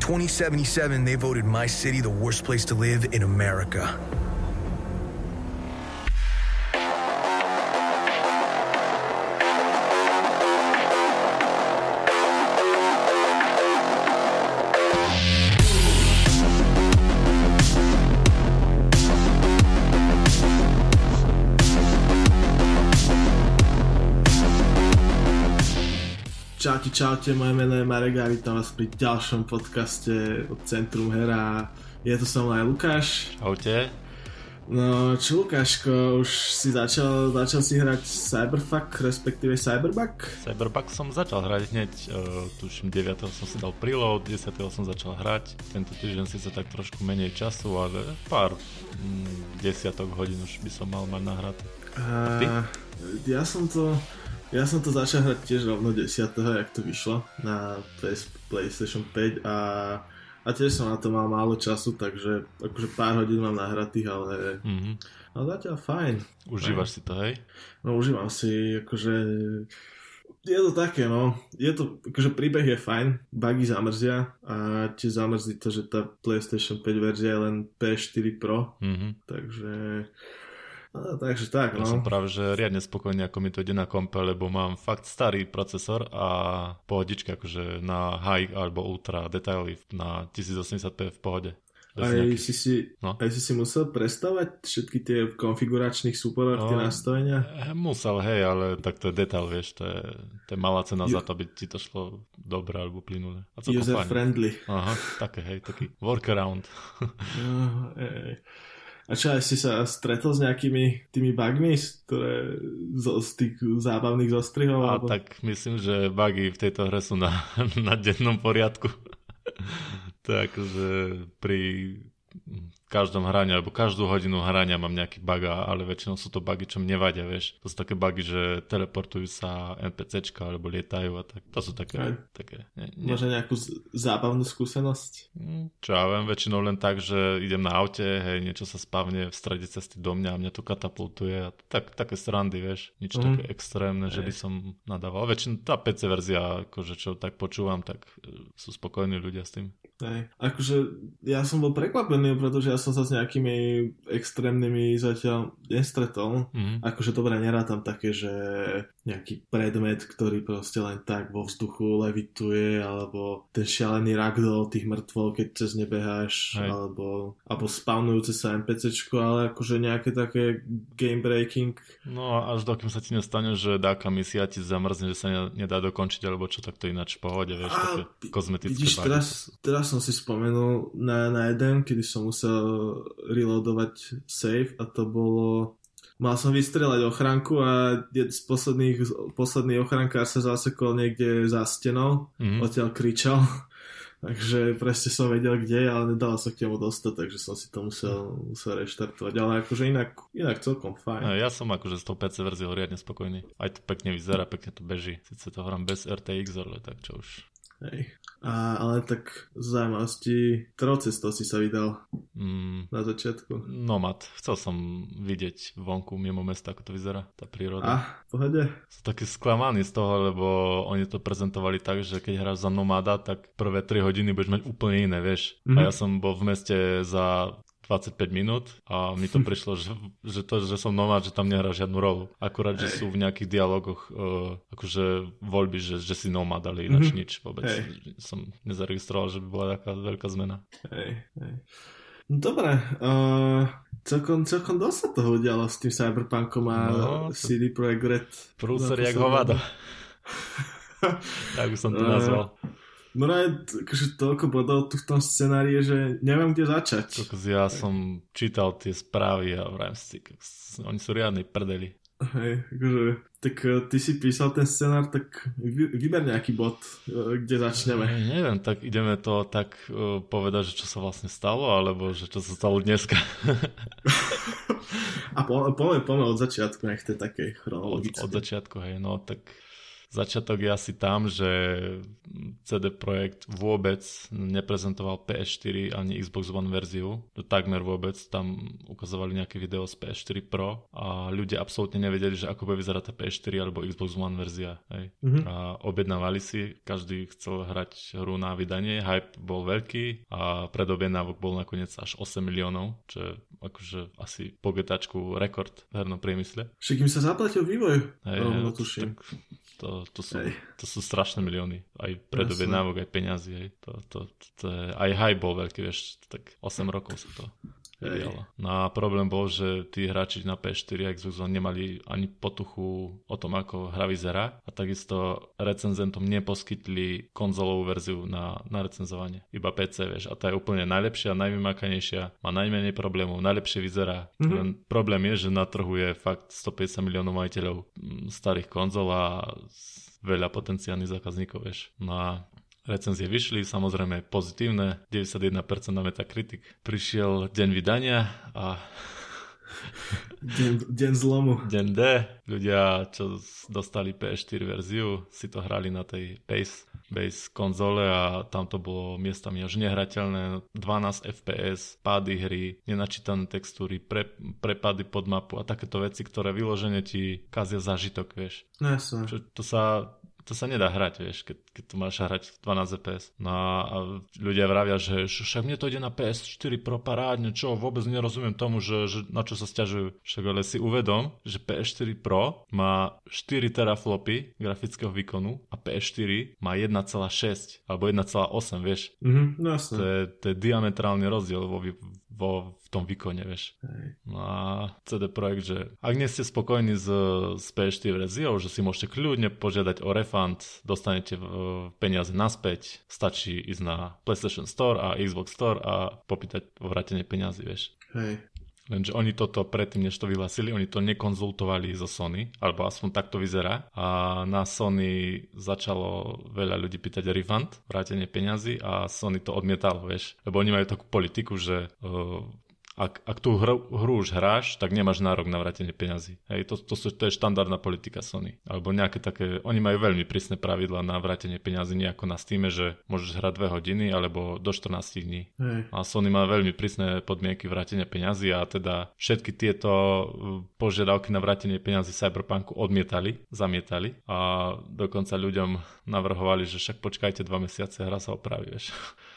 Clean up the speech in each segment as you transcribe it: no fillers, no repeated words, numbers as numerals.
2077, they voted my city the worst place to live in America. Čaute, moje meno je Marek a vítam vás pri ďalšom podcaste od Centrum her a je to so mnou aj Lukáš. Čaute. No čo Lukáško, už si začal si hrať Cyberfuck, respektíve Cyberbug? Cyberbug som začal hrať hneď, tuším 9. som si dal preload, 10. som začal hrať, tento týždeň si sa tak trošku menej času, ale pár desiatok hodín už by som mal mať nahraté. A ty? Ja som to začal hrať tiež rovno 10. jak to vyšlo na PlayStation 5 a tiež som na to mal málo času, takže akože pár hodín mám nahratých, ale zatiaľ fajn. Užívaš si to, hej? No užívam si, akože je to také, no. Je to, akože príbeh je fajn, bugy zamrzia a tiež zamrzí to, že tá PlayStation 5 verzia je len PS4 Pro, takže tak, ja som práve, že riadne spokojný, ako mi to ide na kompe, lebo mám fakt starý procesor a pohodička, akože na high alebo ultra detaily na 1080p v pohode. Aj si si musel prestavať všetky tie konfiguračných súporov, tie nastavenia? Musel, hej, ale tak to je detail, vieš, to je malá cena za to, aby ti to šlo dobre alebo plynule. User friendly. Aha, také, hej, taký workaround. A čo, aj si sa stretol s nejakými tými bugmi, ktoré z tých zábavných zostrihov? A tak myslím, že bugy v tejto hre sú na dennom poriadku. Takže pri každom hraní, alebo každú hodinu hrania mám nejaký bug, ale väčšinou sú to bugy, čo mne nevadia, vieš. To sú také bugy, že teleportujú sa NPCčka, alebo lietajú a tak. To sú také... Možno nejakú zábavnú skúsenosť? Čo ja viem, väčšinou len tak, že idem na aute, hej, niečo sa spavne v strede cesty do mňa a mňa to katapultuje a také srandy, vieš. Nič také extrémne, že by som nadával. Väčšinou tá PC verzia, akože čo tak počúvam, tak sú spokojní ľudia s tým. Akože ja som bol prekvapený, pretože ja som sa s nejakými extrémnymi zatiaľ nestretol. Akože dobre, nerátam také, že nejaký predmet, ktorý proste len tak vo vzduchu levituje, alebo ten šialený ragdoll tých mŕtvol, keď cez ne beháš, alebo spawnujúce sa NPCčko, ale akože nejaké také game breaking. No až dokým sa ti nestane, že dáka misia ti zamrzne, že sa nedá dokončiť, alebo čo, tak to ináč v pohode, vieš, také kozmetické vidíš, teraz som si spomenul na jeden, kedy som musel reloadovať save a to bolo... Mal som vystrelať ochránku a posledný ochránkár sa zasekol niekde za stenou, odtiaľ kričal. Takže presne som vedel, kde je, ale nedalo sa k nemu dostať, takže som si to musel reštartovať. Ale akože inak celkom fajn. Ja som akože s tou PC verziou riadne spokojný. Aj to pekne vyzerá, pekne to beží. Sice to hrám bez RTX, ale tak čo už... Hej. Ale tak z zaujímavosti, ktorou cestou si sa vydal na začiatku? Nomad. Chcel som vidieť vonku mimo mesta, ako to vyzerá, tá príroda. Pohode. Som taký sklamaný z toho, lebo oni to prezentovali tak, že keď hráš za nomada, tak prvé 3 hodiny budeš mať úplne iné, vieš. A ja som bol v meste za 25 minút a mi to prišlo, že som nomad, že tam nehrá žiadnu rolu. Akurát, že sú v nejakých dialogoch akože voľby, že si nomad, ale ináč nič vôbec. Som nezaregistroval, že by bola taká veľká zmena. No dobre, celkom dosť toho udialo s tým Cyberpunkom a CD Projekt Red. Prúser jak hovado. Tak by som to nazval. No akože toľko bodov tu v tom scenári, že neviem, kde začať. Ja som čítal tie správy a vrajím si, oni sú riadni prdeli. Hej, akože, tak ty si písal ten scenár, tak vyber nejaký bod, kde začneme. Neviem, tak ideme to tak povedať, že čo sa vlastne stalo, alebo že čo sa stalo dneska. A poďme od začiatku, nech to je také chronologické. Od začiatku, hej, no tak začiatok je asi tam, že CD Projekt vôbec neprezentoval PS4 ani Xbox One verziu, takmer vôbec, tam ukazovali nejaké video z PS4 Pro a ľudia absolútne nevedeli, že ako bude vyzerať tá PS4 alebo Xbox One verzia. Hej. A objednávali si, každý chcel hrať hru na vydanie, hype bol veľký a predobjednávok bol nakoniec až 8 miliónov, čo je akože asi po GTAčku rekord v hernom priemysle. Však im sa zaplatil vývoj. To sú strašné milióny. Aj predobjednávok, aj peňazí. Hej. To je, aj hype bol veľký, vieš, tak 8 rokov sa to vyvíjalo. No a problém bol, že tí hráči na PS4 a Xbox One nemali ani potuchu o tom, ako hra vyzerá a takisto recenzentom neposkytli konzolovú verziu na recenzovanie. Iba PC, vieš. A tá je úplne najlepšia, najvymakanejšia, má najmenej problémov, najlepšie vyzerá. Len problém je, že na trhu je fakt 150 miliónov majiteľov starých konzol a veľa potenciálnych zákazníkov, vieš. No a recenzie vyšli, samozrejme pozitívne, 91% na Metacritic. Prišiel deň vydania a deň zlomu. Deň D. Ľudia, čo dostali PS4 verziu, si to hrali na tej base konzole a tam to bolo miestami až nehrateľné, 12 FPS, pády hry, nenačítané textúry, prepady pod mapu a takéto veci, ktoré vyložene ti kazia zážitok, vieš. Jasne. To sa nedá hrať, vieš, keď tu máš hrať 12 FPS. No a ľudia vravia, že však mne to ide na PS4 Pro parádne, čo, vôbec nerozumiem tomu, že na čo sa sťažujú. Však ale si uvedom, že PS4 Pro má 4 teraflopy grafického výkonu a PS4 má 1,6 alebo 1,8, vieš. Jasne. To je diametrálny rozdiel v tom výkone, vieš. No a CD Projekt, že ak nie ste spokojní s PS4 verziou, že si môžete kľudne požiadať o refund, dostanete peniaze naspäť, stačí ísť na PlayStation Store a Xbox Store a popýtať o vrátenie peniazy, vieš. Hej. Lenže oni toto predtým, než to vyhlásili, oni to nekonzultovali so Sony, alebo aspoň tak to vyzerá. A na Sony začalo veľa ľudí pýtať refund, vrátenie peňazí a Sony to odmietalo, vieš. Lebo oni majú takú politiku, že ak tú hru už hráš, tak nemáš nárok na vrátenie peňazí. Hej, to je štandardná politika Sony. Alebo nejaké také, oni majú veľmi prísne pravidlá na vrátenie peňazí, nie ako na Steam, že môžeš hrať 2 hodiny alebo do 14 dní. Hej. A Sony má veľmi prísne podmienky vrátenia peňazí a teda všetky tieto požiadavky na vrátenie peňazí Cyberpunku zamietali a dokonca ľuďom navrhovali, že však počkajte 2 mesiace, hra sa opraví, vieš.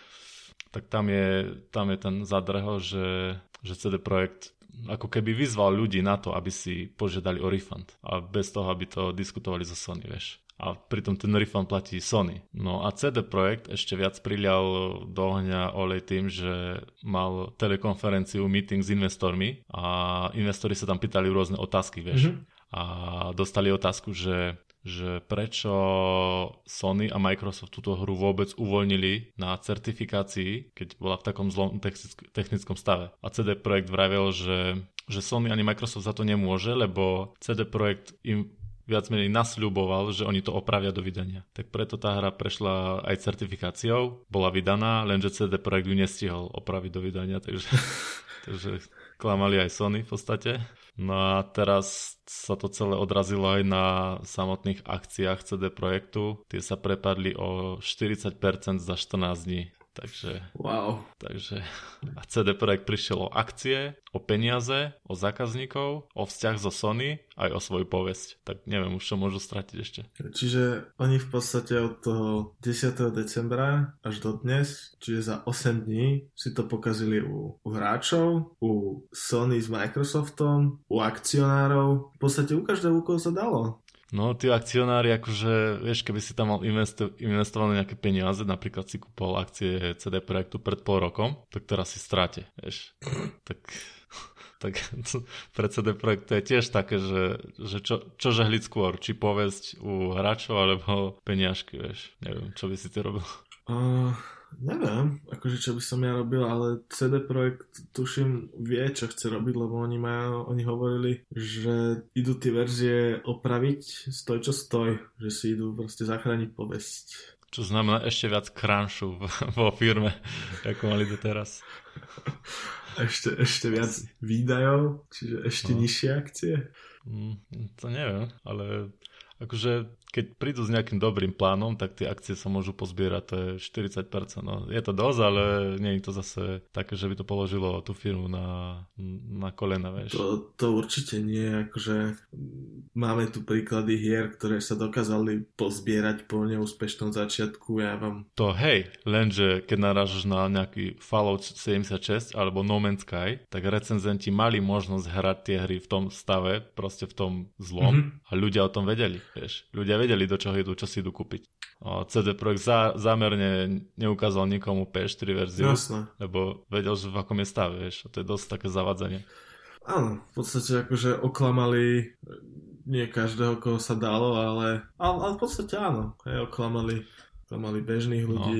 Tak tam je ten zadrhel, že CD Projekt ako keby vyzval ľudí na to, aby si požiadali o refund a bez toho, aby to diskutovali so Sony, vieš. A pritom ten refund platí Sony. No a CD Projekt ešte viac prilial do ohňa olej tým, že mal telekonferenciu, meeting s investormi a investori sa tam pýtali rôzne otázky, vieš. A dostali otázku, že prečo Sony a Microsoft túto hru vôbec uvoľnili na certifikácii, keď bola v takom zlom technickom stave. A CD Projekt vravel, že Sony ani Microsoft za to nemôže, lebo CD Projekt im viac menej nasľuboval, že oni to opravia do vydania. Tak preto tá hra prešla aj certifikáciou, bola vydaná, lenže CD Projekt ju nestihol opraviť do vydania, takže klamali aj Sony v podstate. No a teraz sa to celé odrazilo aj na samotných akciách CD Projektu. Tie sa prepadli o 40% za 14 dní. Wow. A CD Projekt prišiel o akcie, o peniaze, o zákazníkov, o vzťah so Sony, aj o svoju povesť. Tak neviem už, čo môžu stratiť ešte. Čiže oni v podstate od toho 10. decembra až do dnes, čiže za 8 dní si to pokazili u hráčov, u Sony s Microsoftom, u akcionárov. V podstate u každého, koho sa dalo. No, tí akcionári, akože, vieš, keby si tam mal investované nejaké peniaze, napríklad si kúpol akcie CD Projektu pred pol rokom, tak teraz si stráte, vieš. Tak pre CD Projekt to je tiež také, že čo žehliť skôr, či povesť u hráčov, alebo peniažky, vieš. Neviem, čo by si ty robil. Neviem, akože čo by som ja robil, ale CD Projekt tuším vie, čo chce robiť, lebo oni hovorili, že idú tie verzie opraviť stoj čo stoj, že si idú proste zachrániť povesť. Čo znamená ešte viac crunchu vo firme, ako mali doteraz. Ešte viac výdajov, čiže ešte nižšie akcie? To neviem, ale akože keď prídu s nejakým dobrým plánom, tak tie akcie sa môžu pozbierať, to je 40%. No, je to dosť, ale nie je to zase také, že by to položilo tú firmu na kolena, vieš. To určite nie, akože máme tu príklady hier, ktoré sa dokázali pozbierať po neúspešnom začiatku, ja vám... To hej, lenže keď narážaš na nejaký Fallout 76 alebo No Man's Sky, tak recenzenti mali možnosť hrať tie hry v tom stave, proste v tom zlom a ľudia o tom vedeli, vieš. Ľudia vedeli, do čoho idú, čo si idú kúpiť. CD Projekt zámerne neukázal nikomu PS4 verziu, Jasne. lebo vedel, že v akom je stave, vieš. A to je dosť také zavadzanie. Áno, v podstate akože oklamali nie každého, koho sa dalo, ale v podstate áno, oklamali bežných ľudí.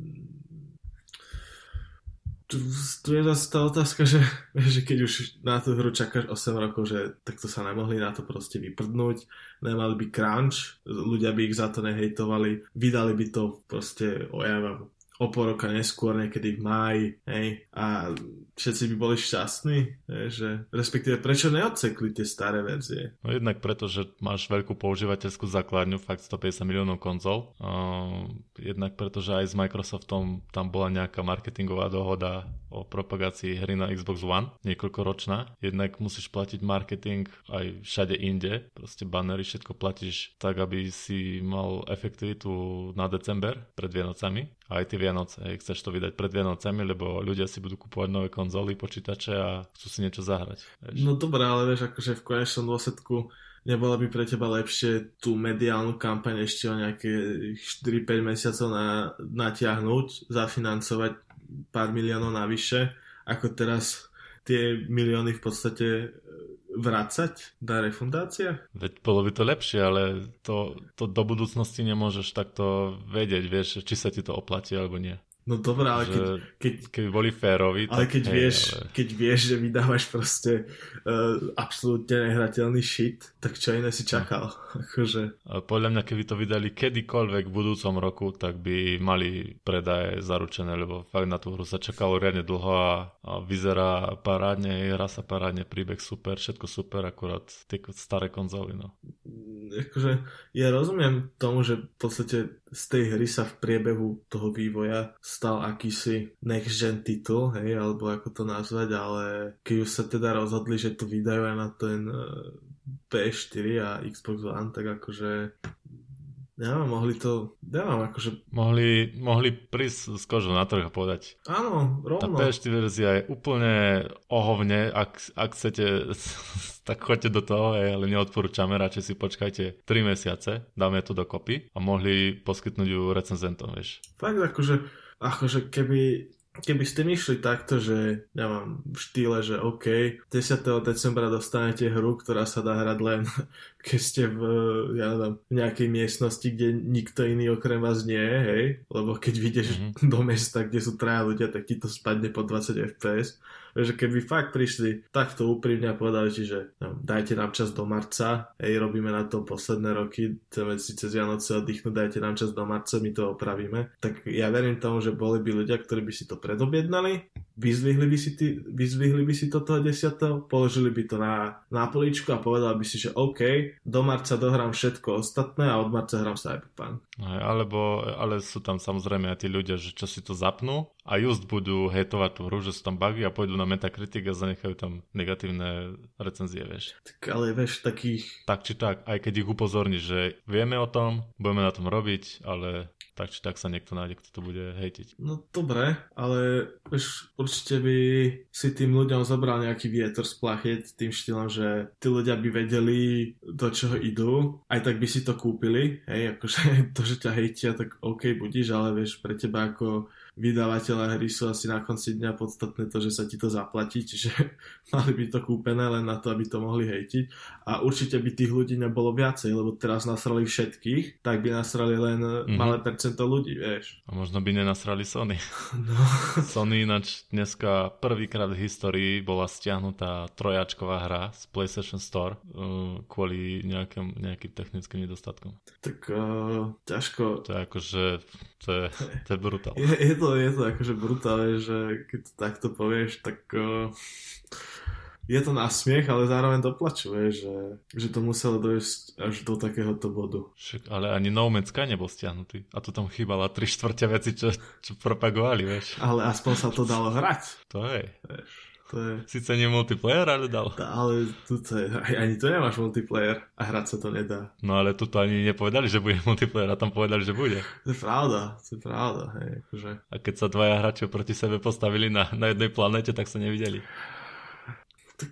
Tu je zase tá otázka, že keď už na tú hru čakáš 8 rokov, že takto sa nemohli na to proste vyprdnúť, nemali by crunch, ľudia by ich za to nehejtovali, vydali by to proste o pol roka neskôr, niekedy v máji, hej, a všetci by boli šťastní, že respektíve prečo neodsekli tie staré verzie? No jednak preto, že máš veľkú používateľskú základňu, fakt 150 miliónov konzol, jednak preto, že aj s Microsoftom tam bola nejaká marketingová dohoda o propagácii hry na Xbox One, niekoľkoročná, jednak musíš platiť marketing aj všade inde, proste bannery, všetko platíš tak, aby si mal efektivitu na december pred Vianocami, a aj tie Vianoce, chceš to vydať pred Vianocami, lebo ľudia si budú kupovať nové konzoly, počítače a chcú si niečo zahrať. Vieš. No dobré, ale vieš, akože v konečnom dôsledku nebolo by pre teba lepšie tú mediálnu kampaň ešte o nejaké 4-5 mesiacov natiahnuť, zafinancovať pár miliónov navyše, ako teraz tie milióny v podstate vracať na refundácia? Veď bolo by to lepšie, ale to do budúcnosti nemôžeš takto vedieť, vieš, či sa ti to oplatí alebo nie. No dobré, ale keď boli férovi, ale keď vieš, že vydávaš proste absolútne nehrateľný shit, tak čo iné si čakal? Akože... Ale podľa mňa, keby to vydali kedykoľvek v budúcom roku, tak by mali predaje zaručené, lebo fakt na tú hru sa čakalo riadne dlho a vyzerá parádne, hra sa parádne, príbeh super, všetko super, akurát tie staré konzoly, no. Akože ja rozumiem tomu, že v podstate z tej hry sa v priebehu toho vývoja stal akýsi next gen titul, hej, alebo ako to nazvať, ale keď už sa teda rozhodli, že to vydajú aj na ten PS4 a Xbox One, tak akože Mohli prísť s kožou na trh a povedať. Áno, rovno. Tá PS4 verzia je úplne ohovne, ak chcete, tak choďte do toho, ale neodporúčame, radšej si počkajte 3 mesiace, dáme to dokopy a mohli poskytnúť ju recenzentom, vieš. Fakt akože keby ste myšli takto, že ja mám v štýle, že OK, 10. decembra dostanete hru, ktorá sa dá hrať len keď ste v nejakej miestnosti, kde nikto iný okrem vás nie je, hej? Lebo keď vyjdeš do mesta, kde sú traja ľudia, tak ti to spadne po 20 fps. Takže keby fakt prišli takto úprimne a povedali ti, že dajte nám čas do marca, hej, robíme na to posledné roky, chceme si cez Vianoce oddychnúť, dajte nám čas do marca, my to opravíme. Tak ja verím tomu, že boli by ľudia, ktorí by si to predobjednali, vyzvihli by si to toho 10. Položili by to na políčku a povedali by si, že OK, do marca dohrám všetko ostatné a od marca hrám Cyberpunk. Ale sú tam samozrejme aj tí ľudia, že čo si to zapnú a just budú hejtovať tú hru, že sú tam bugy a pôjdu na Metacritic a zanechajú tam negatívne recenzie, vieš. Tak ale vieš, takých... Tak či tak, aj keď ich upozorníš, že vieme o tom, budeme na tom robiť, ale tak či tak sa niekto nájde, kto to bude hejtiť. No dobre, ale vieš, určite by si tým ľuďom zobral nejaký vietor z plachiet tým štýlom, že tí ľudia by vedeli, do čoho idú, aj tak by si to kúpili, hej, akože to, že ťa hejtia, tak OK, budíš, ale vieš, pre teba ako vydávateľa hry sú asi na konci dňa podstatné to, že sa ti to zaplatí, čiže mali by to kúpené len na to, aby to mohli hejtiť. A určite by tých ľudí nebolo viacej, lebo teraz nasrali všetkých, tak by nasrali len malé percento ľudí, vieš. A možno by nenasrali Sony. No. Sony ináč dneska prvýkrát v histórii bola stiahnutá trojačková hra z PlayStation Store kvôli nejakým technickým nedostatkom. Tak ťažko. To je akože, to je brutál. Je to akože brutálne, že keď to takto povieš, tak je to na smiech, ale zároveň doplačuje, že to muselo dojsť až do takéhoto bodu. Však, ale ani No Man's Sky nebol stiahnutý. A to tam chýbala 3/4 veci, čo propagovali, vieš. Ale aspoň sa to dalo hrať. To je. Vieš, to je... Sice nie multiplayer, ale dalo. Ale ani tu nemáš multiplayer a hrať sa to nedá. No ale tu ani nepovedali, že bude multiplayer a tam povedali, že bude. To je pravda, hej, akože. A keď sa dvaja hráči proti sebe postavili na jednej planete, tak sa nevideli. Tak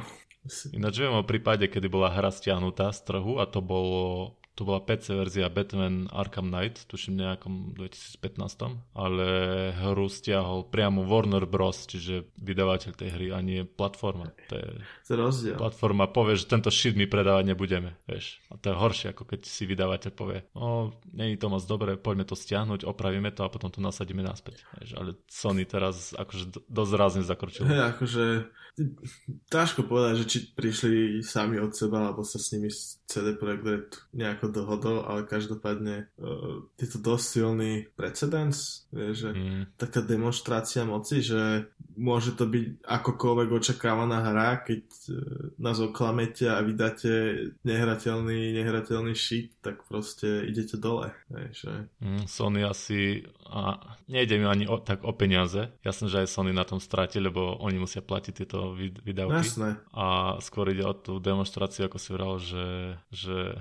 Ináč viem o prípade, kedy bola hra stiahnutá z trhu a to bola PC verzia Batman Arkham Knight, tuším nejakom 2015, ale hru stiahol priamo Warner Bros, čiže vydavateľ tej hry a nie platforma. To je rozdiel. Platforma povie, že tento shit my predávať nebudeme, vieš. A to je horšie, ako keď si vydavateľ povie, nie je to moc dobre, poďme to stiahnuť, opravíme to a potom to nasadíme naspäť. Vieš. Ale Sony teraz akože dosť rázne zakročil. Akože ťažko povedať, že či prišli sami od seba, alebo sa s nimi CD Projekt Red nejako dohodol, ale každopádne je to dosť silný precedens, že taká demonštrácia moci, že môže to byť akokoľvek očakávaná hra, keď nás oklamete a vydáte nehrateľný shit, tak proste idete dole. Že... Sony asi nejde mi ani tak o peniaze. Jasné, že aj Sony na tom stráti, lebo oni musia platiť tieto výdavky. Jasné. A skôr ide o tú demonstráciu, ako si vral, že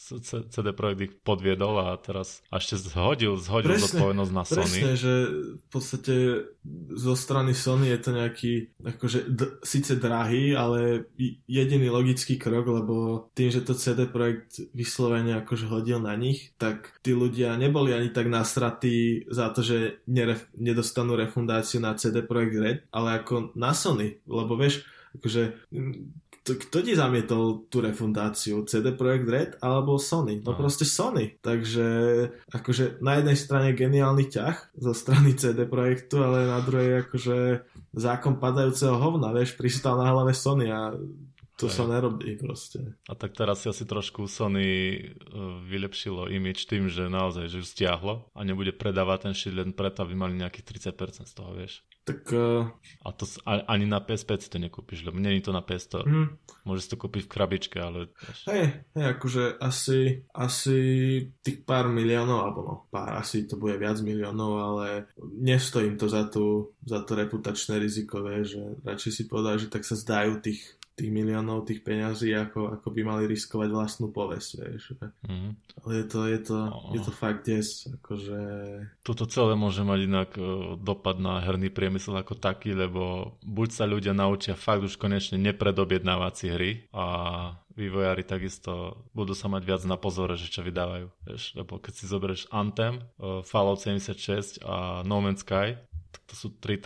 CD Projekt ich podviedol a teraz ešte zhodil zodpovednosť na Sony. Presne, že v podstate zo strany Sony je to nejaký akože síce drahý, ale jediný logický krok, lebo tým, že to CD Projekt vyslovene akože hodil na nich, tak tí ľudia neboli ani tak nasratí za to, že nedostanú refundáciu na CD Projekt Red, ale ako na Sony, lebo vieš, akože kto ti zamietol tú refundáciu? CD Projekt Red alebo Sony? No proste Sony. Takže akože na jednej strane geniálny ťah zo strany CD Projektu, ale na druhej akože zákon padajúceho hovna, vieš, pristal na hlave Sony a to sa nerobí proste. A tak teraz si asi trošku Sony vylepšilo image tým, že naozaj, že ju stiahlo a nebude predávať ten shit len preto, aby mali nejakých 30% z toho, vieš. Tak... A to ani na PS5 si to nekúpiš, lebo nie je to na PS Store. Môžeš to kúpiť v krabičke, ale... Hej, akože asi tých pár miliónov, alebo asi to bude viac miliónov, ale nestojím to za to reputačné riziko, vieš, že radšej si povedal, že tak sa zdajú tých miliónov, tých peňazí, ako by mali riskovať vlastnú povesť, vieš. Ale je to fakt akože... Toto celé môže mať inak dopad na herný priemysel ako taký, lebo buď sa ľudia naučia fakt už konečne nepredobjednávať si hry a vývojári takisto budú sa mať viac na pozore, že čo vydávajú, vieš. Lebo keď si zoberieš Anthem, Fallout 76 a No Man's Sky, to sú tri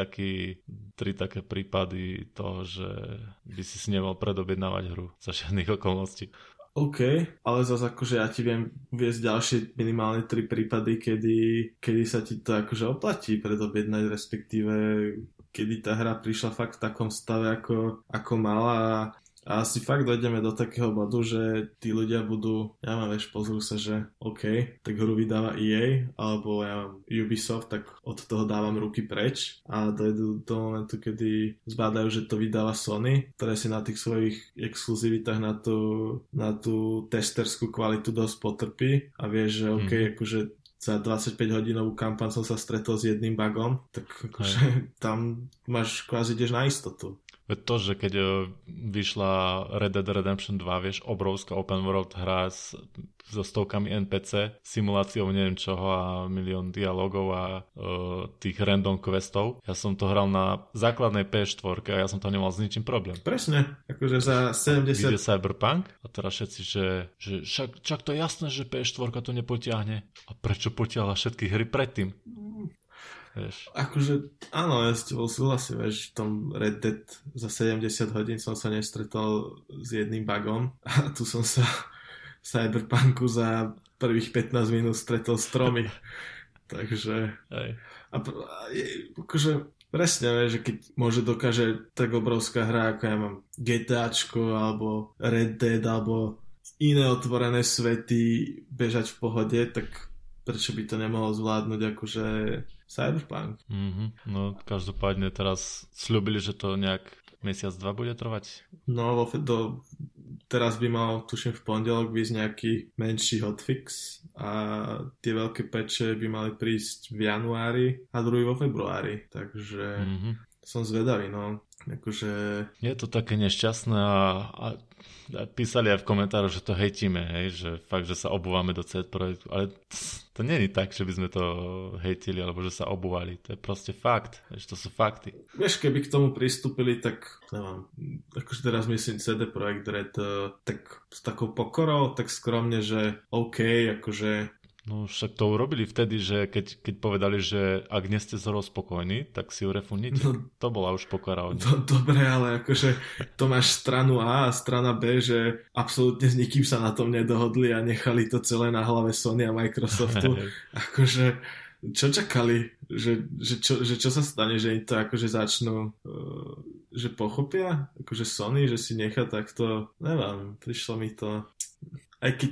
také prípady toho, že by si nemal predobjednávať hru za žiadnych okolností. OK, ale zase akože ja ti viem viesť ďalšie minimálne 3 prípady, kedy sa ti to akože oplatí predobjednať, respektíve kedy tá hra prišla fakt v takom stave, ako mala. A asi fakt dojdeme do takého bodu, že tí ľudia budú, pozrú sa, že OK, tak hru vydáva EA, alebo Ubisoft, tak od toho dávam ruky preč a dojdú do momentu, kedy zbádajú, že to vydáva Sony, ktoré si na tých svojich exkluzivitách na tú testerskú kvalitu dosť potrpí a vieš, že OK, akože za 25-hodinovú kampaň som sa stretol s jedným bugom, tak akože tam máš kvázi ideš na istotu. To, že keď vyšla Red Dead Redemption 2, vieš, obrovská open world hra so stovkami NPC, simuláciou neviem čoho a milión dialogov a tých random questov. Ja som to hral na základnej PS4 a ja som tam nemal s ničím problém. Presne, akože za 70... Vyjde Cyberpunk a teraz všetci, že však to je jasné, že PS4 to nepotiahne. A prečo potiahla všetky hry predtým? Vieš. Akože, áno, ja s tebou súhlasím, vieš, v tom Red Dead za 70 hodín som sa nestretol s jedným bugom a tu som sa v Cyberpunku za prvých 15 minút stretol s 3. Takže akože presne, vieš, že keď dokáže tak obrovská hra, ako ja mám GTAčko alebo Red Dead alebo iné otvorené svety bežať v pohode, tak prečo by to nemohol zvládnuť akože Cyberpunk. No každopádne teraz sľúbili, že to nejak mesiac, 2 bude trvať? No, teraz by mal, tuším, v pondelok výsť nejaký menší hotfix a tie veľké patche by mali prísť v januári a druhý vo februári, takže som zvedavý, no. Akože... Je to také nešťastné a písali aj v komentároch, že to hejtíme, hej, že fakt, že sa obúvame do CD Projektu, ale to nie je tak, že by sme to hejtili, alebo že sa obúvali, to je proste fakt, že to sú fakty. Vieš, keby k tomu pristúpili, tak neviem, akože teraz myslím CD Projekt Red, tak s takou pokorou, tak skromne, že OK, akože... No však to urobili vtedy, že keď povedali, že ak nie ste zoro spokojní, tak si ju refundnite. No, to bola už pokora od nich. Dobre, ale akože to máš stranu A a strana B, že absolútne s nikým sa na tom nedohodli a nechali to celé na hlave Sony a Microsoftu. Akože čo čakali? Že čo sa stane, že im to akože začnú že pochopia? Akože Sony, že si nechá takto, neviem, prišlo mi to... Aj keď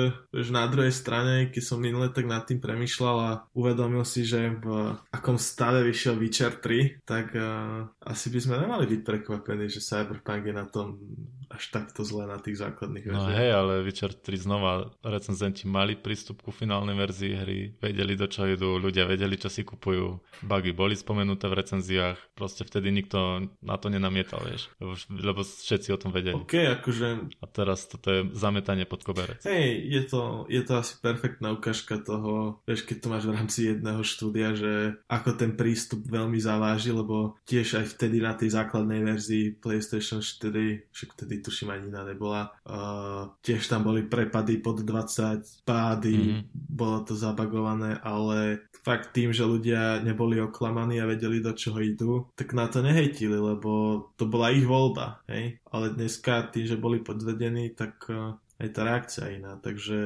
na druhej strane, keď som minule tak nad tým premýšľal a uvedomil si, že v akom stave vyšiel Witcher 3, tak asi by sme nemali byť prekvapení, že Cyberpunk je na tom až takto zle na tých základných verziách. No hej, ale Witcher 3 znova recenzenti mali prístup ku finálnej verzii hry, vedeli do čo idú, ľudia vedeli, čo si kupujú, bugy boli spomenuté v recenziách, proste vtedy nikto na to nenamietal, vieš, lebo všetci o tom vedeli. Akože... A teraz toto je zametanie pod koberec. Hej, je to asi perfektná ukážka toho, vieš, keď to máš v rámci jedného štúdia, že ako ten prístup veľmi zaváži, lebo tiež aj vtedy na tej základnej verzii PlayStation 4, však vtedy tuším ani iná nebola, tiež tam boli prepady pod 20, pády, bolo to zabagované, ale fakt tým, že ľudia neboli oklamaní a vedeli, do čoho idú, tak na to nehejtili, lebo to bola ich voľba, hej? Ale dneska tým, že boli podvedení, tak aj tá reakcia iná, takže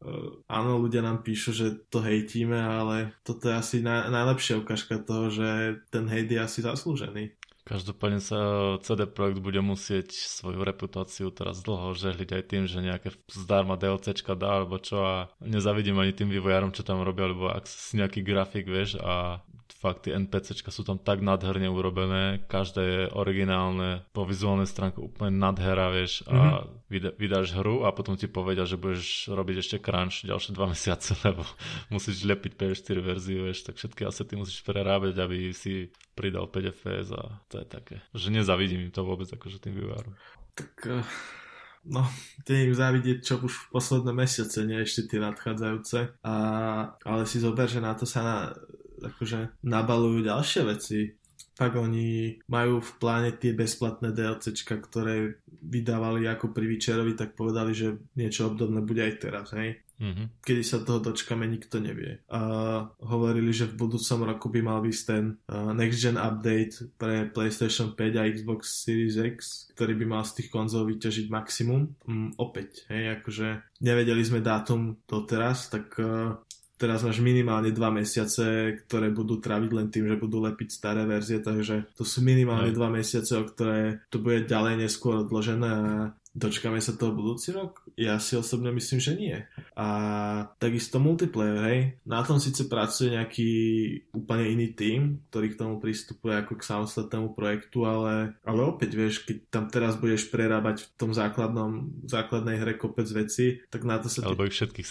áno, ľudia nám píšu, že to hejtíme, ale toto je asi najlepšia ukážka toho, že ten hejt je asi zaslúžený. Každopádne sa CD Projekt bude musieť svoju reputáciu teraz dlho žehliť aj tým, že nejaké zdarma DLCčka dá, alebo čo, a nezavidím ani tým vývojárom, čo tam robia, alebo ak si nejaký grafik, vieš, a fakt tie NPCčka sú tam tak nádherne urobené, každé je originálne, po vizuálnej stránke úplne nádhera, vieš, a vydáš hru a potom ti povedia, že budeš robiť ešte crunch ďalšie 2 mesiace, lebo musíš lepiť PS4 verziu, vieš, tak všetky asety musíš prerábať, aby si pridal 5 FPS a to je také, že nezavidím im to vôbec akože tým vývojárom. Tak no, tie im závidieť, čo už v posledné mesiace, nie ešte tie nadchádzajúce, ale si zober, že na to sa akože nabalujú ďalšie veci. Tak oni majú v pláne tie bezplatné DLCčka, ktoré vydávali ako pri Witcherovi, tak povedali, že niečo obdobné bude aj teraz, hej? Kedy sa toho dočkame, nikto nevie. Hovorili, že v budúcom roku by mal byť ten next gen update pre PlayStation 5 a Xbox Series X, ktorý by mal z tých konzol vyťažiť maximum. Opäť, hej, akože nevedeli sme dátum doteraz, tak teraz máš minimálne 2 mesiace, ktoré budú traviť len tým, že budú lepiť staré verzie, takže to sú minimálne 2 mesiace, o ktoré to bude ďalej neskôr odložené a dočkáme sa toho budúci rok? Ja si osobne myslím, že nie. A takisto multiplayer, hej. Na tom síce pracuje nejaký úplne iný tím, ktorý k tomu pristupuje ako k samostatnému projektu, ale opäť, vieš, keď tam teraz budeš prerábať v tom základnej hre kopec veci, tak na to sa... Alebo ich všetkých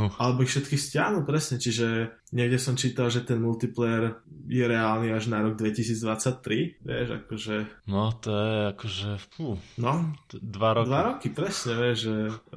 stiahnu. Presne. Čiže niekde som čítal, že ten multiplayer je reálny až na rok 2023, vieš, akože... No, to je akože... No, 2 roky. 2 roky, presne, vieš, že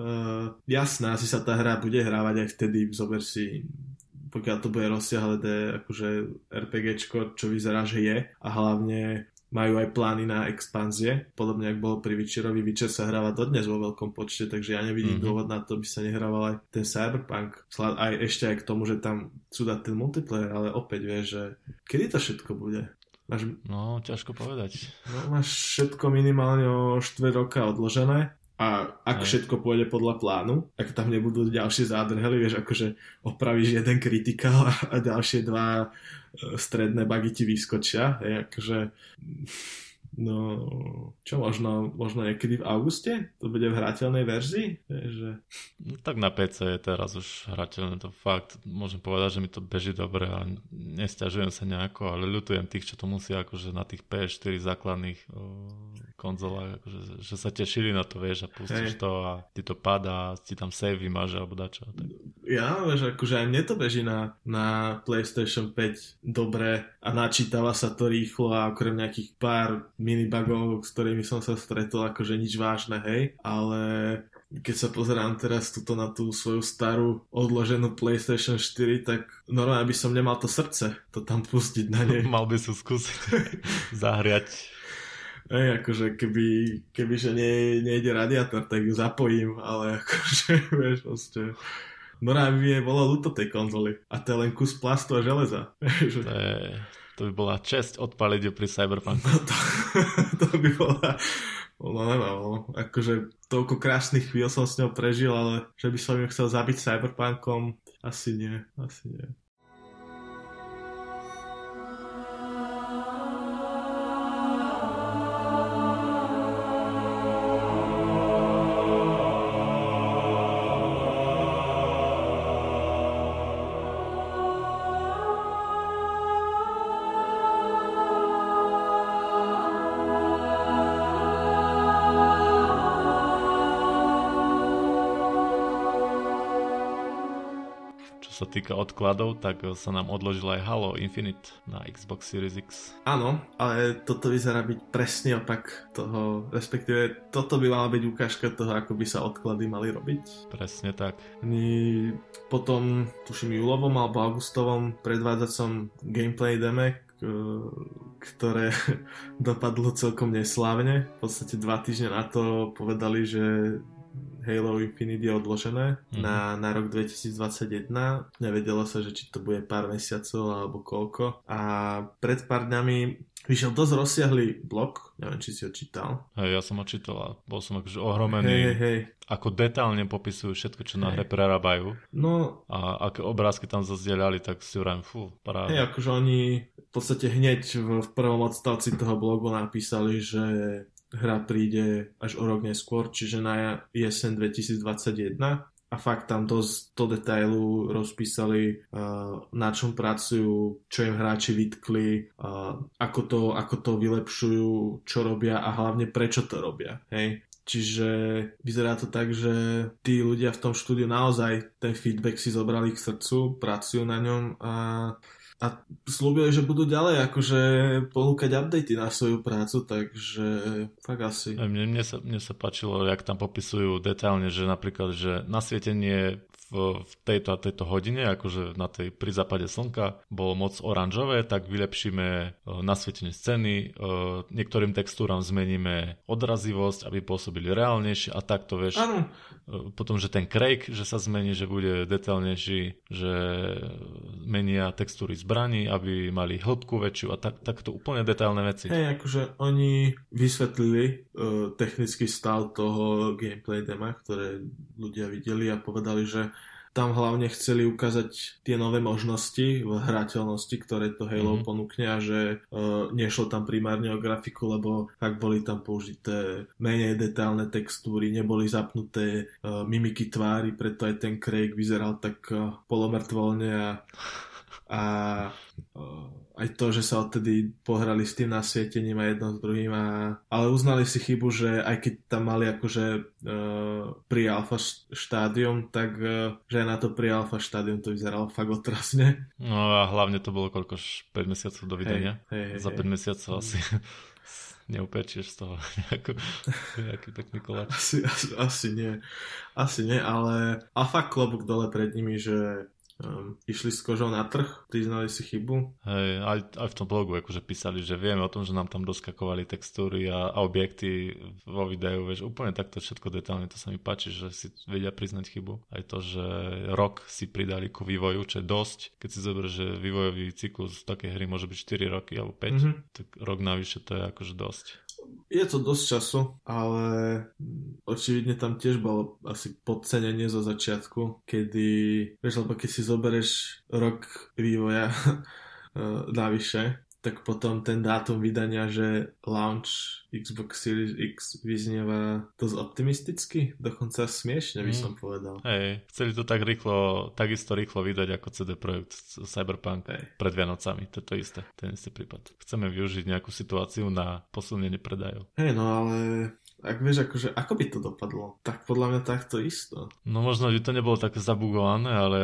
jasná, asi sa tá hra bude hrávať aj vtedy, zober si, pokiaľ to bude rozsiahle akože RPGčko, čo vyzerá, že je, a hlavne majú aj plány na expanzie, podobne ako bolo pri Witcherovi. Witcher sa hráva dodnes vo veľkom počte, takže ja nevidím dôvod na to, by sa nehrával aj ten Cyberpunk. Aj ešte aj k tomu, že tam chcú dať ten multiplayer, ale opäť vieš, že kedy to všetko bude? No, ťažko povedať. No, máš všetko minimálne o 4 roka odložené a ak všetko pôjde podľa plánu, ak tam nebudú ďalšie zádrhely, vieš, akože opravíš jeden kritikál a ďalšie 2 stredné bugy ti vyskočia, akože no, čo možno niekedy v auguste? To bude v hrateľnej verzii? Že... No, tak na PC je teraz už hrateľné, to fakt. Môžem povedať, že mi to beží dobre a nesťažujem sa nejako, ale ľutujem tých, čo to musia akože na tých PS4 základných konzola, akože, že sa tešili na to, vieš, a pustíš to a ti to padá, ti tam save vymaže alebo dačo. Tak. Ja, vieš, akože aj mne to beží na PlayStation 5 dobre a načítava sa to rýchlo a okrem nejakých pár minibugov, s ktorými som sa stretol, akože nič vážne, hej, ale keď sa pozerám teraz tuto na tú svoju starú odloženú PlayStation 4, tak normálne by som nemal to srdce to tam pustiť na nej. Mal by som skúsiť zahriať. Akože kebyže nejde radiátor, tak ju zapojím, ale akože, vieš, proste normálne by bolo ľúto tej konzoly. A to je len kus plastu a železa. To by bola česť odpaliť ju pri Cyberpunku. No to by bola... akože toľko krásnych chvíľ som s ňou prežil, ale že by som ju chcel zabiť Cyberpunkom, asi nie. Čo sa týka odkladov, tak sa nám odložil aj Halo Infinite na Xbox Series X. Áno, ale toto vyzerá byť presný opak toho, respektíve toto by mala byť ukážka toho, ako by sa odklady mali robiť. Presne tak. Potom, tuším, júlovom alebo augustovom predvádzacom gameplay deme, ktoré dopadlo celkom neslávne. V podstate 2 týždne na to povedali, že Halo Infinite je odložené na rok 2021. Nevedelo sa, že či to bude pár mesiacov alebo koľko. A pred pár dňami vyšiel dosť rozsiahlý blog, neviem, či si ho čítal. Ja som ho čítal a bol som akože ohromený, ako detálne popisujú všetko, čo na hre prerábajú. No, a aké obrázky tam zazdieľali, tak si vrajím, paráda. Akože oni v podstate hneď v prvom odstavci toho blogu napísali, že hra príde až o rok neskôr, čiže na jeseň 2021. A fakt tam dosť do detailu rozpísali, na čom pracujú, čo im hráči vytkli, ako to vylepšujú, čo robia a hlavne prečo to robia. Hej? Čiže vyzerá to tak, že tí ľudia v tom štúdiu naozaj ten feedback si zobrali k srdcu, pracujú na ňom a slúbili, že budú ďalej akože ponúkať updaty na svoju prácu, takže fakt asi. Mne sa páčilo, jak tam popisujú detailne, že napríklad, že nasvietenie v tejto a tejto hodine, akože na tej pri západe slnka bolo moc oranžové, tak vylepšíme nasvietenie scény, niektorým textúram zmeníme odrazivosť, aby pôsobili reálnejšie a takto, vieš. Áno. Potom, že ten Craig, že sa zmení, že bude detailnejší, že menia textúry zbraní, aby mali hĺbku väčšiu a takto úplne detailné veci. Hej, akože oni vysvetlili technický stav toho gameplay dema, ktoré ľudia videli a povedali, že tam hlavne chceli ukázať tie nové možnosti v hrateľnosti, ktoré to Halo ponúkne a že nešlo tam primárne o grafiku, lebo ak boli tam použité menej detálne textúry, neboli zapnuté mimiky tvári, preto aj ten Craig vyzeral tak polomrtvoľne a aj to, že sa odtedy pohrali s tým nasvietením a jedno s druhým, ale uznali si chybu, že aj keď tam mali akože pri alfa štádium, tak že aj na to pri alfa štádium to vyzeralo fakt otrasne. No a hlavne to bolo koľko 5 mesiacov do vydania. Za 5 mesiacov asi neupečieš z toho nejaký pekný koláč. Asi nie, ale a fakt klobúk dole pred nimi, že išli s kožou na trh, priznali si chybu. Hej, aj v tom blogu akože písali, že vieme o tom, že nám tam doskakovali textúry a objekty vo videu, vieš, úplne takto všetko detálne, to sa mi páči, že si vedia priznať chybu. Aj to, že rok si pridali ku vývoju, čo je dosť. Keď si zoberieš, že vývojový cyklus takej hry môže byť 4 roky alebo 5, tak rok navyše to je akože dosť. Je to dosť času, ale očividne tam tiež bolo asi podcenenie zo začiatku, kedy, vieš, lebo keď si zoberieš rok vývoja navyše, tak potom ten dátum vydania, že launch Xbox Series X vyznieva dosť optimisticky, dokonca smiešne by som povedal. Hej, chceli to takisto rýchlo vydať ako CD Projekt Cyberpunk pred Vianocami, to je to isté, ten istý prípad. Chceme využiť nejakú situáciu na posilnenie predajov. Hej, no ale ak vieš, akože, ako by to dopadlo, tak podľa mňa takto isto. No možno by to nebolo také zabugované, ale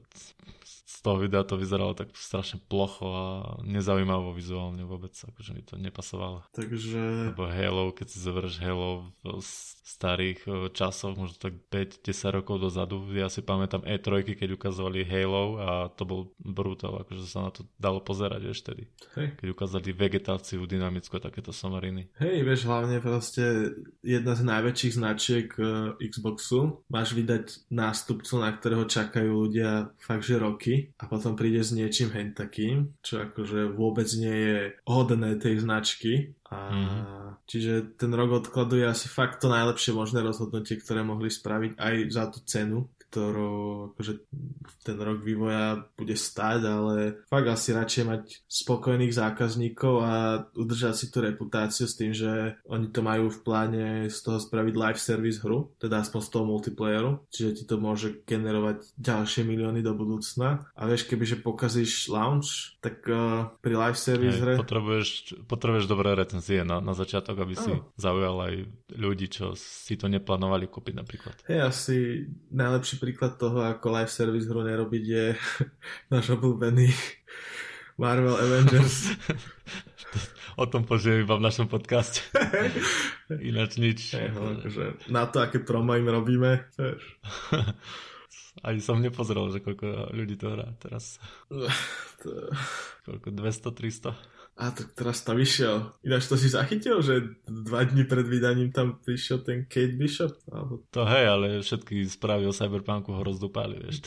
z toho videa to vyzeralo tak strašne plocho a nezaujímavo vizuálne vôbec, akože mi to nepasovalo. Takže... Lebo Halo, keď si zoberieš Halo v starých časoch, možno tak 5-10 rokov dozadu, ja si pamätám E3, keď ukazovali Halo a to bol brutál, akože sa na to dalo pozerať, vieš, tedy. Hej. Keď ukázali vegetáciu dynamickú a takéto somariny. Hej, vieš, hlavne proste jedna z najväčších značiek Xboxu, máš vydať nástupcu, na ktorého čakajú ľudia fakt, že roky a potom príde s niečím hen takým, čo akože vôbec nie je hodné tej značky. Čiže ten rok odkladu je asi fakt to najlepšie možné rozhodnutie, ktoré mohli spraviť aj za tú cenu, ktorú akože ten rok vývoja bude stáť, ale fakt asi radšej mať spokojných zákazníkov a udržať si tú reputáciu s tým, že oni to majú v pláne z toho spraviť live service hru, teda aspoň z toho multiplayeru, čiže ti to môže generovať ďalšie milióny do budúcna. A vieš, kebyže pokazíš launch, tak pri live service hre... Potrebuješ dobré recenzie na začiatok, aby si zaujal aj ľudí, čo si to neplánovali kúpiť napríklad. Hej, asi najlepší príklad toho, ako live service hru nerobiť, je náš obľúbený Marvel Avengers. O tom požijem iba v našom podcaste. Ináč nič. Hej, akože na to, aké promo im robíme, vieš. Ani som nepozrel, že koľko ľudí to hrá teraz. Koľko? 200, 300? A tak teraz tam išiel. Ináč to si zachytil, že 2 dni pred vydaním tam prišiel ten Kate Bishop? Alebo... To hej, ale všetky správy o Cyberpunku ho rozdúpali, vieš.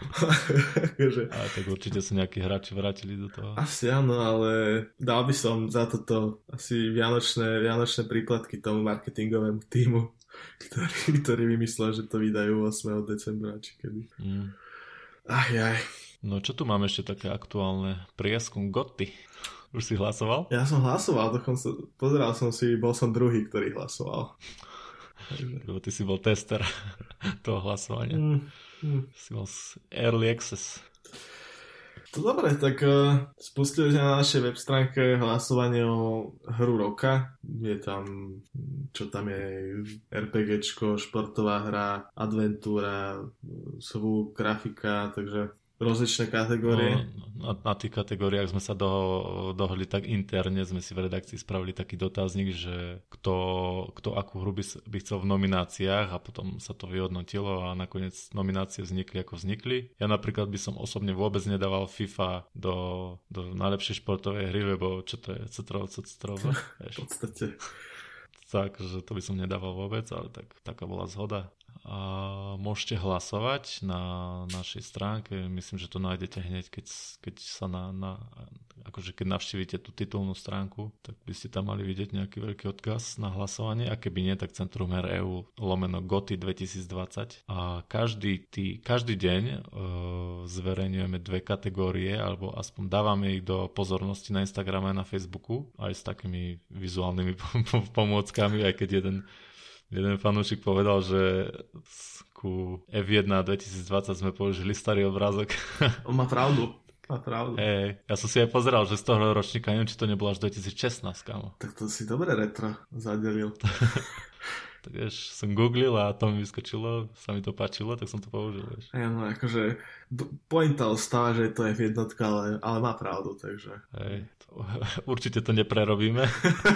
Ale tak určite sa nejakí hráči vrátili do toho. Asi áno, ale dal by som za toto asi vianočné príkladky tomu marketingovému týmu, ktorý vymyslel, že to vydajú 8. decembra, či kedy. Jaj. No čo tu máme ešte také aktuálne? Prieskum GOTY. Už si hlasoval? Ja som hlasoval, dokonca pozeral som si, bol som druhý, ktorý hlasoval. Lebo ty si bol tester toho hlasovania. Si bol Early Access. To dobre, tak spustili sme na našej web stránke hlasovanie o hru roka. Je tam, čo tam je, RPGčko, športová hra, adventúra, zvuk, grafika, takže rozličné kategórie. No, na tých kategóriách sme sa dohodli tak interne, sme si v redakcii spravili taký dotazník, že kto akú hru by chcel v nomináciách a potom sa to vyhodnotilo a nakoniec nominácie vznikli ako vznikli. Ja napríklad by som osobne vôbec nedával FIFA do najlepšej športovej hry, lebo čo to je? Cetrov? V podstate. Takže to by som nedával vôbec, ale taká bola zhoda. A môžete hlasovať na našej stránke, myslím, že to nájdete hneď, keď sa akože keď navštívite tú titulnú stránku, tak by ste tam mali vidieť nejaký veľký odkaz na hlasovanie, a keby nie, tak Centrum her EU /GOTY 2020 a každý deň zverejňujeme 2 kategórie, alebo aspoň dávame ich do pozornosti na Instagrame a na Facebooku, aj s takými vizuálnymi pomôckami, aj keď jeden fanúšik povedal, že ku F1 2020 sme použili starý obrázok. On má pravdu. Hej, ja som si aj pozeral, že z toho ročníka, neviem, či to nebolo až 2016, kámo. Tak to si dobre retro zadelil. Tak vieš, som googlil a to mi vyskočilo, sa mi to páčilo, tak som to použil, vieš. Hej, no akože pointa ostáva, že to je F1, ale má pravdu, takže... Hej, určite to neprerobíme.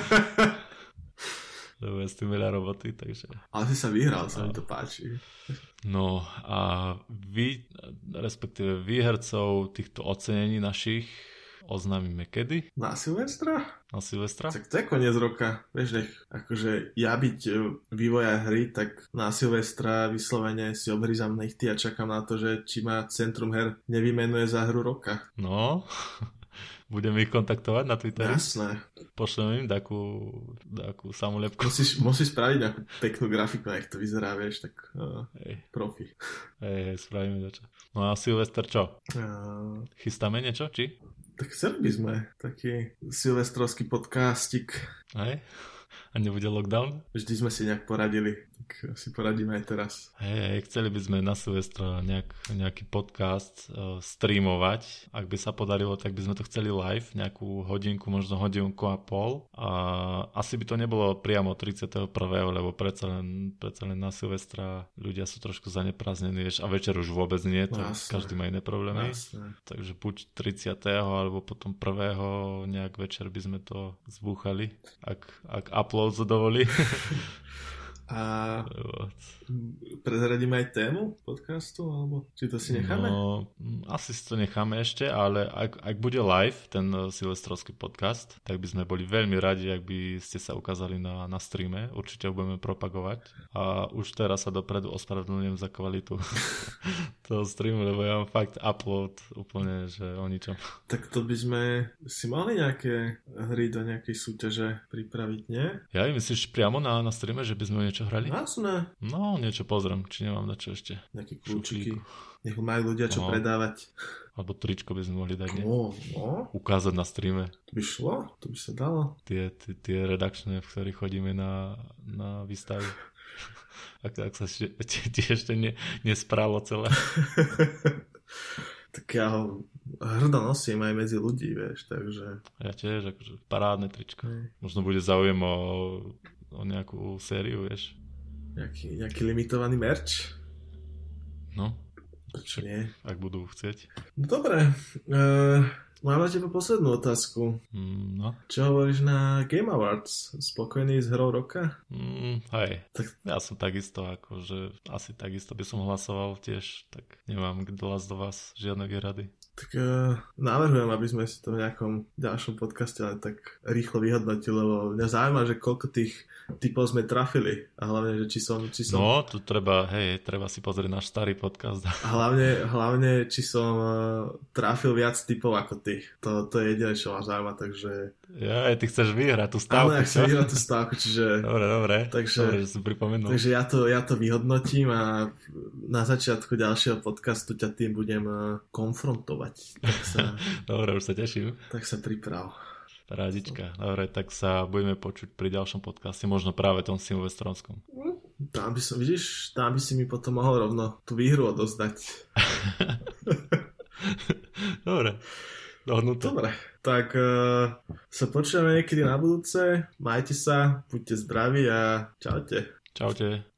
Lebo je s tým veľa roboty, takže... Ale si sa vyhral, sa mi to páči. No a vy, respektíve výhercov týchto ocenení našich oznámime kedy? Na Silvestra? Na Silvestra? Tak to je koniec roka. Vieš, akože ja byť vývoja hry, tak na Silvestra vyslovene si obrizam nechty a čakám na to, že či ma Centrum her nevymenuje za hru roka. No... Budeme ich kontaktovať na Twitteri? Jasné. Pošleme im takú samolepku. Musíš spraviť nejakú peknú grafiku, jak to vyzerá, vieš, tak profi. Spravíme to čo. No a Silvester čo? Chystáme niečo, či? Tak chceli by sme taký silvestrovský podcastik. Hej? A nebude lockdown? Vždy sme si nejak poradili, tak si poradíme aj teraz. Hej, chceli by sme na Silvestra nejaký podcast streamovať. Ak by sa podarilo, tak by sme to chceli live, nejakú hodinku, možno hodinku a pol. A asi by to nebolo priamo 31., lebo predsa len na Silvestra ľudia sú trošku zaneprázdnení, vieš, a večer už vôbec nie, to každý má iné problémy. Jasne. Takže buď 30. alebo potom 1. nejak večer by sme to zbúchali, ak upload dovolí. A prezradíme aj tému podcastu, alebo či to si necháme? No, asi si to necháme ešte, ale ak bude live ten silvestrovský podcast, tak by sme boli veľmi radi, ak by ste sa ukázali na streame. Určite ho budeme propagovať. A už teraz sa dopredu ospravedlňujem za kvalitu toho streamu, lebo ja mám fakt upload úplne, že o ničom. Tak to by sme si mohli nejaké hry do nejakej súťaže pripraviť, nie? Ja myslíš priamo na streame, že by sme niečo hrali? Jasné. No, niečo pozriem, či nemám na čo ešte. Nejaké kľúčiky. Nech majú ľudia čo predávať. Alebo tričko by sme mohli dať, nie? No. Ukázať na streame. To by šlo, to by sa dalo. Tie redakčné, v ktorých chodíme na výstavy. Ak sa ti ešte nespralo celé. Tak ja ho hrdo nosím aj medzi ľudí, vieš, takže... Ja tiež, akože parádne tričko. Možno bude záujem o nejakú sériu, vieš. Nejaký limitovaný merch? No. Prečo nie? Ak budú chcieť. No dobre. Mám na teba poslednú otázku. No. Čo hovoríš na Game Awards? Spokojný s hrou roka? Hej. Tak ja som takisto, akože asi takisto by som hlasoval tiež, tak nemám do vás žiadne výhrady. Tak navrhujem, aby sme si to v nejakom ďalšom podcaste ale tak rýchlo vyhodnotili, lebo mňa zaujíma, že koľko tých typov sme trafili a hlavne, že či som... No, tu treba si pozrieť náš starý podcast. A hlavne či som trafil viac typov ako ty. To je jediné, čo ma zaujíma, takže... Ja, ty chceš vyhrať tú stávku. Áno, ja chcem vyhrať tú stávku, čiže... Dobre, že si pripomenul. Takže ja to vyhodnotím a na začiatku ďalšieho podcastu ťa tým budem konfrontovať. Dobre, už sa teším. Tak sa priprav. Parádička. Dobre, tak sa budeme počuť pri ďalšom podcaste, možno práve tom silvestronskom. Tam by si mi potom mohol rovno tú výhru odozdať. Dobre. Dohodnuté. Dobre, tak sa počujeme niekedy na budúce. Majte sa, buďte zdraví a čaute. Čaute.